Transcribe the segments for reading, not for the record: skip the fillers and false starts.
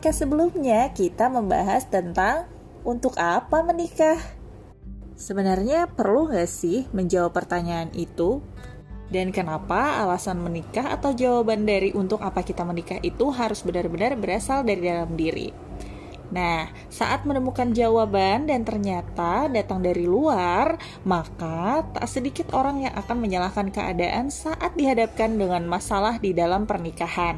podcast sebelumnya kita membahas tentang untuk apa menikah. Sebenarnya perlu gak sih menjawab pertanyaan itu? Dan kenapa alasan menikah atau jawaban dari untuk apa kita menikah itu harus benar-benar berasal dari dalam diri? Nah, saat menemukan jawaban dan ternyata datang dari luar, maka tak sedikit orang yang akan menyalahkan keadaan saat dihadapkan dengan masalah di dalam pernikahan.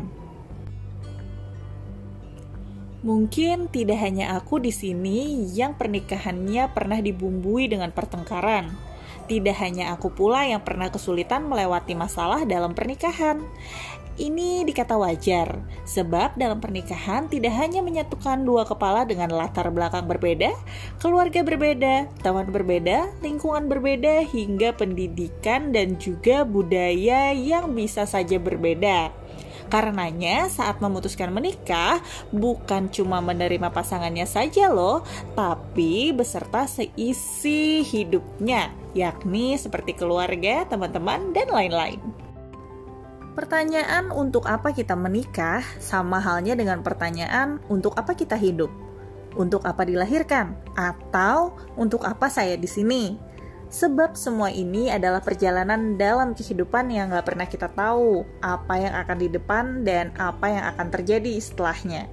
Mungkin tidak hanya aku di sini yang pernikahannya pernah dibumbui dengan pertengkaran. Tidak hanya aku pula yang pernah kesulitan melewati masalah dalam pernikahan. Ini dikata wajar, sebab dalam pernikahan tidak hanya menyatukan dua kepala dengan latar belakang berbeda, keluarga berbeda, teman berbeda, lingkungan berbeda, hingga pendidikan dan juga budaya yang bisa saja berbeda. Karenanya saat memutuskan menikah, bukan cuma menerima pasangannya saja loh, tapi beserta seisi hidupnya, yakni seperti keluarga, teman-teman, dan lain-lain. Pertanyaan untuk apa kita menikah sama halnya dengan pertanyaan untuk apa kita hidup, untuk apa dilahirkan, atau untuk apa saya di sini. Sebab semua ini adalah perjalanan dalam kehidupan yang gak pernah kita tahu apa yang akan di depan dan apa yang akan terjadi setelahnya.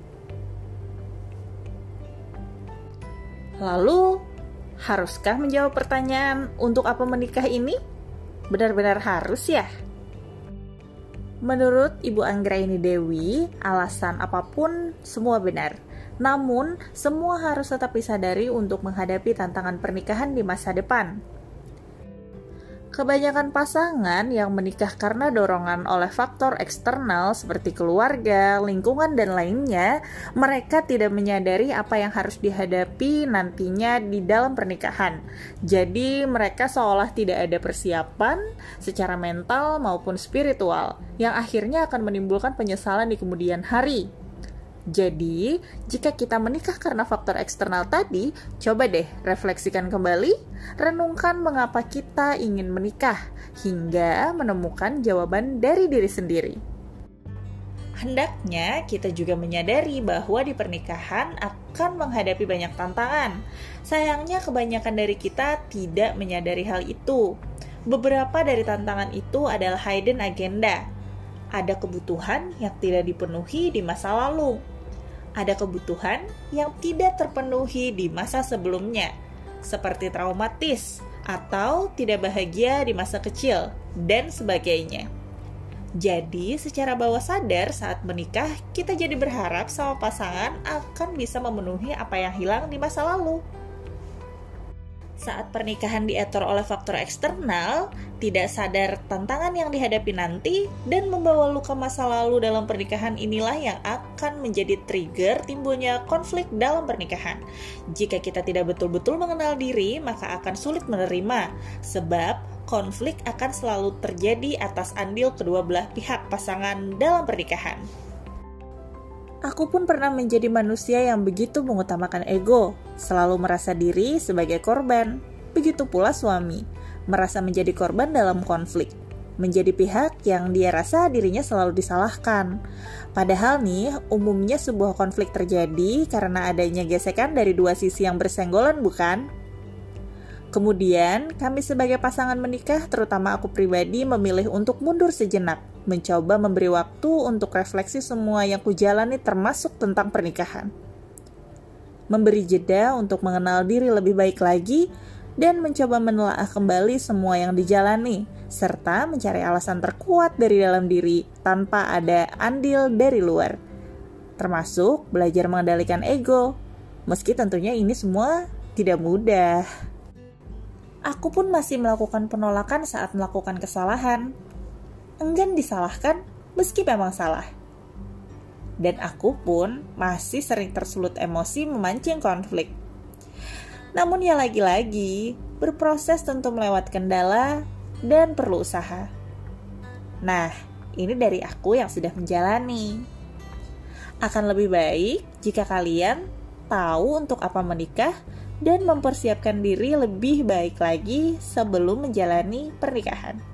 Lalu, haruskah menjawab pertanyaan untuk apa menikah ini? Benar-benar harus ya? Menurut Ibu Anggraini Dewi, alasan apapun semua benar. Namun, semua harus tetap disadari untuk menghadapi tantangan pernikahan di masa depan. Kebanyakan pasangan yang menikah karena dorongan oleh faktor eksternal seperti keluarga, lingkungan, dan lainnya, mereka tidak menyadari apa yang harus dihadapi nantinya di dalam pernikahan. Jadi, mereka seolah tidak ada persiapan secara mental maupun spiritual, yang akhirnya akan menimbulkan penyesalan di kemudian hari. Jadi, jika kita menikah karena faktor eksternal tadi, coba deh refleksikan kembali, renungkan mengapa kita ingin menikah, hingga menemukan jawaban dari diri sendiri. Hendaknya kita juga menyadari bahwa di pernikahan akan menghadapi banyak tantangan. Sayangnya kebanyakan dari kita tidak menyadari hal itu. Beberapa dari tantangan itu adalah hidden agenda. Ada kebutuhan yang tidak dipenuhi di masa lalu. Ada kebutuhan yang tidak terpenuhi di masa sebelumnya, seperti traumatis atau tidak bahagia di masa kecil, dan sebagainya. Jadi, secara bawah sadar saat menikah, kita jadi berharap sama pasangan akan bisa memenuhi apa yang hilang di masa lalu. Saat pernikahan diatur oleh faktor eksternal, tidak sadar tantangan yang dihadapi nanti, dan membawa luka masa lalu dalam pernikahan inilah yang akan menjadi trigger timbulnya konflik dalam pernikahan. Jika kita tidak betul-betul mengenal diri, maka akan sulit menerima, sebab konflik akan selalu terjadi atas andil kedua belah pihak pasangan dalam pernikahan. Aku pun pernah menjadi manusia yang begitu mengutamakan ego, selalu merasa diri sebagai korban. Begitu pula suami, merasa menjadi korban dalam konflik, menjadi pihak yang dia rasa dirinya selalu disalahkan. Padahal nih, umumnya sebuah konflik terjadi karena adanya gesekan dari dua sisi yang bersenggolan, bukan? Kemudian, kami sebagai pasangan menikah, terutama aku pribadi, memilih untuk mundur sejenak, mencoba memberi waktu untuk refleksi semua yang kujalani termasuk tentang pernikahan. Memberi jeda untuk mengenal diri lebih baik lagi, dan mencoba menelaah kembali semua yang dijalani, serta mencari alasan terkuat dari dalam diri tanpa ada andil dari luar. Termasuk belajar mengendalikan ego, meski tentunya ini semua tidak mudah. Aku pun masih melakukan penolakan saat melakukan kesalahan. Enggan disalahkan meski memang salah. Dan aku pun masih sering tersulut emosi memancing konflik. Namun ya lagi-lagi, berproses tentu melewati kendala dan perlu usaha. Nah, ini dari aku yang sudah menjalani. Akan lebih baik jika kalian tahu untuk apa menikah dan mempersiapkan diri lebih baik lagi sebelum menjalani pernikahan.